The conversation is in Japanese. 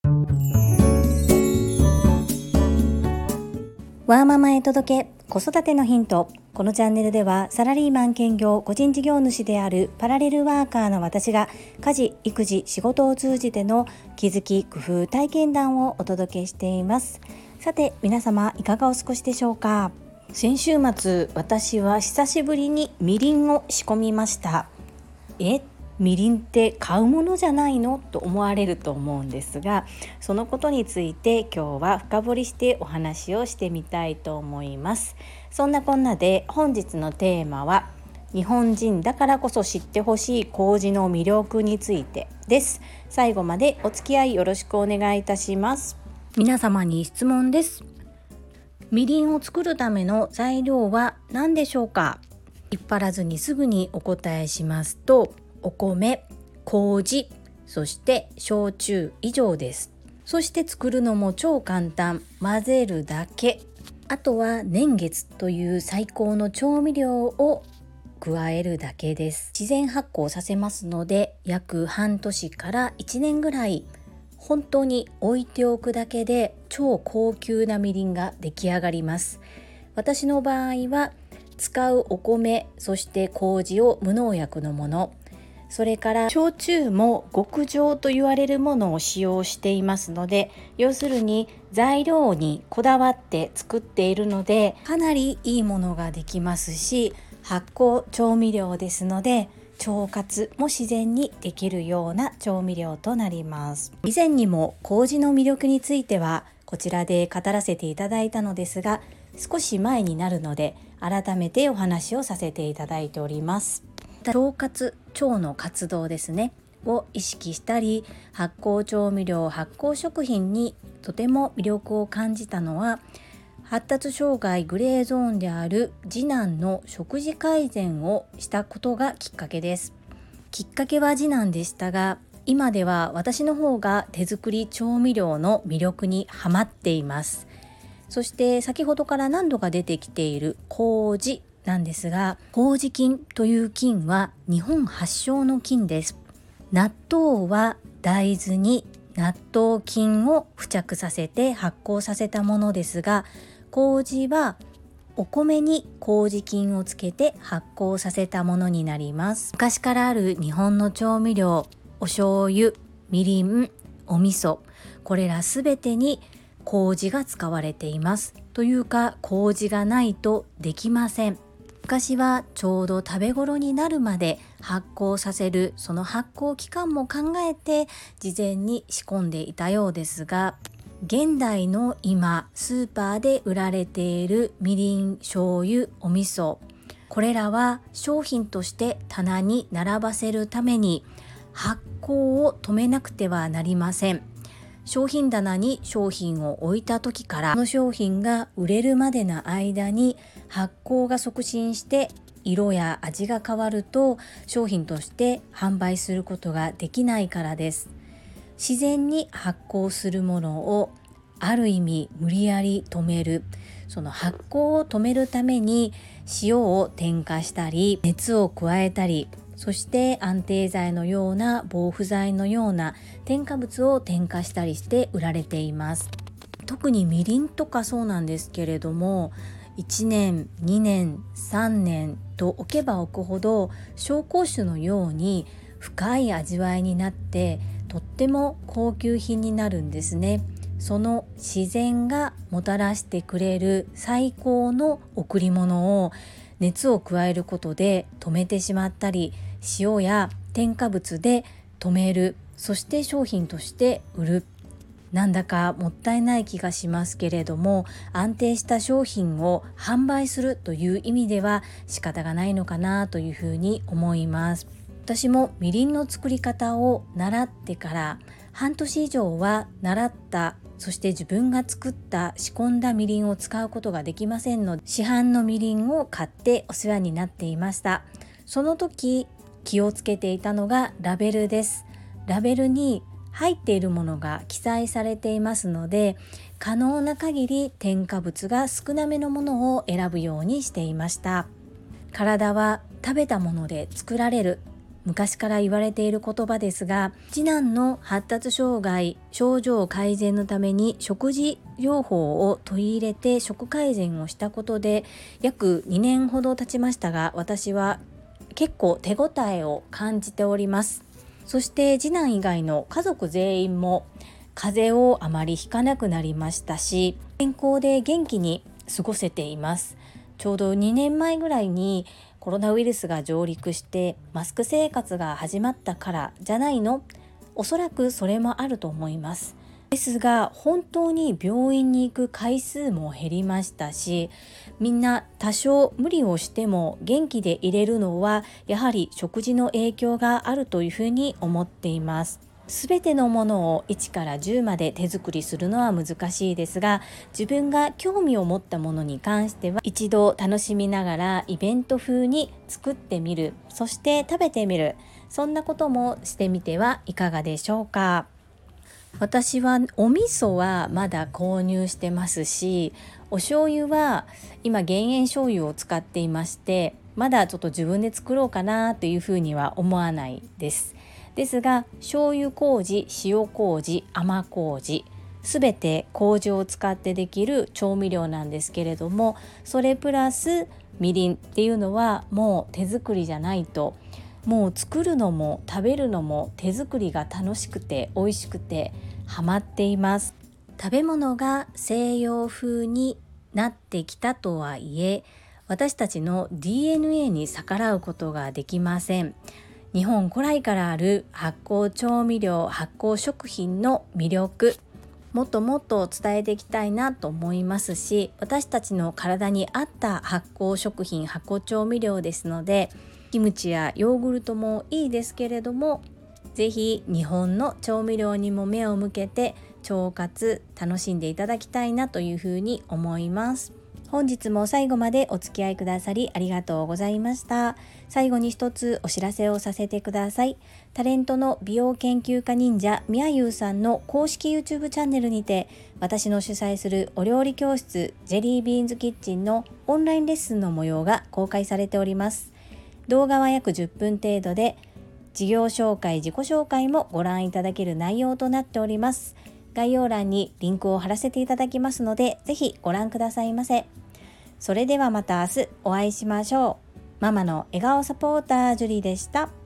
ワーママへ届け子育てのヒント。このチャンネルではサラリーマン兼業個人事業主であるパラレルワーカーの私が家事、育児、仕事を通じての気づき、工夫、体験談をお届けしています。さて皆様いかがお過ごしでしょうか。先週末私は久しぶりにみりんを仕込みました。みりんって買うものじゃないのと思われると思うんですが、そのことについて今日は深掘りしてお話をしてみたいと思います。そんなこんなで本日のテーマは日本人だからこそ知ってほしい麹の魅力についてです。最後までお付き合いよろしくお願いいたします。皆様に質問です。みりんを作るための材料は何でしょうか。引っ張らずにすぐにお答えしますと、お米、麹、そして焼酎以上です。そして作るのも超簡単、混ぜるだけ。あとは年月という最高の調味料を加えるだけです。自然発酵させますので約半年から1年ぐらい本当に置いておくだけで超高級なみりんが出来上がります。私の場合は使うお米、そして麹を無農薬のもの、それから焼酎も極上と言われるものを使用していますので、要するに材料にこだわって作っているのでかなりいいものができますし、発酵調味料ですので腸活も自然にできるような調味料となります。以前にも麹の魅力についてはこちらで語らせていただいたのですが、少し前になるので改めてお話をさせていただいております。腸活、腸の活動ですねを意識したり、発酵調味料、発酵食品にとても魅力を感じたのは、発達障害グレーゾーンである次男の食事改善をしたことがきっかけです。きっかけは次男でしたが、今では私の方が手作り調味料の魅力にハマっています。そして先ほどから何度か出てきている麹なんですが、麹菌という菌は日本発祥の菌です。納豆は大豆に納豆菌を付着させて発酵させたものですが、麹はお米に麹菌をつけて発酵させたものになります。昔からある日本の調味料、お醤油、みりん、お味噌、これらすべてに麹が使われています。というか麹がないとできません。昔はちょうど食べ頃になるまで発酵させる、その発酵期間も考えて事前に仕込んでいたようですが、現代の今スーパーで売られているみりん、醤油、お味噌、これらは商品として棚に並ばせるために発酵を止めなくてはなりません。商品棚に商品を置いた時からその商品が売れるまでの間に発酵が促進して色や味が変わると商品として販売することができないからです。自然に発酵するものをある意味無理やり止める、その発酵を止めるために塩を添加したり熱を加えたり、そして安定剤のような防腐剤のような添加物を添加したりして売られています。特にみりんとかそうなんですけれども、1年、2年、3年と置けば置くほど紹興酒のように深い味わいになってとっても高級品になるんですね。その自然がもたらしてくれる最高の贈り物を熱を加えることで止めてしまったり、塩や添加物で止める、そして商品として売る、なんだかもったいない気がしますけれども、安定した商品を販売するという意味では仕方がないのかなというふうに思います。私もみりんの作り方を習ってから半年以上は習った、そして自分が作った仕込んだみりんを使うことができませんので、市販のみりんを買ってお世話になっていました。その時気をつけていたのがラベルです。ラベルに入っているものが記載されていますので、可能な限り添加物が少なめのものを選ぶようにしていました。体は食べたもので作られる昔から言われている言葉ですが、次男の発達障害症状改善のために食事療法を取り入れて食改善をしたことで約2年ほど経ちましたが、私は結構手応えを感じております。そして次男以外の家族全員も風邪をあまりひかなくなりましたし、健康で元気に過ごせています。ちょうど2年前ぐらいにコロナウイルスが上陸してマスク生活が始まったからじゃないの？おそらくそれもあると思います。ですが本当に病院に行く回数も減りましたし、みんな多少無理をしても元気でいれるのはやはり食事の影響があるというふうに思っています。すべてのものを1から10まで手作りするのは難しいですが、自分が興味を持ったものに関しては一度楽しみながらイベント風に作ってみる、そして食べてみる、そんなこともしてみてはいかがでしょうか。私はお味噌はまだ購入してますし、お醤油は今減塩醤油を使っていまして、まだちょっと自分で作ろうかなというふうには思わないです。ですが醤油麹、塩麹、甘麹、すべて麹を使ってできる調味料なんですけれども、それプラスみりんっていうのはもう手作りじゃないと、もう作るのも食べるのも手作りが楽しくて美味しくてハマっています。食べ物が西洋風になってきたとはいえ、私たちの DNA に逆らうことができません。日本古来からある発酵調味料、発酵食品の魅力、もっともっと伝えていきたいなと思いますし、私たちの体に合った発酵食品、発酵調味料ですので、キムチやヨーグルトもいいですけれども、ぜひ日本の調味料にも目を向けて腸活楽しんでいただきたいなというふうに思います。本日も最後までお付き合いくださりありがとうございました。最後に一つお知らせをさせてください。タレントの美容研究家忍者みやゆうさんの公式 YouTube チャンネルにて、私の主催するお料理教室ジェリービーンズキッチンのオンラインレッスンの模様が公開されております。動画は約10分程度で、事業紹介、自己紹介もご覧いただける内容となっております。概要欄にリンクを貼らせていただきますので、ぜひご覧くださいませ。それではまた明日お会いしましょう。ママの笑顔サポータージュリーでした。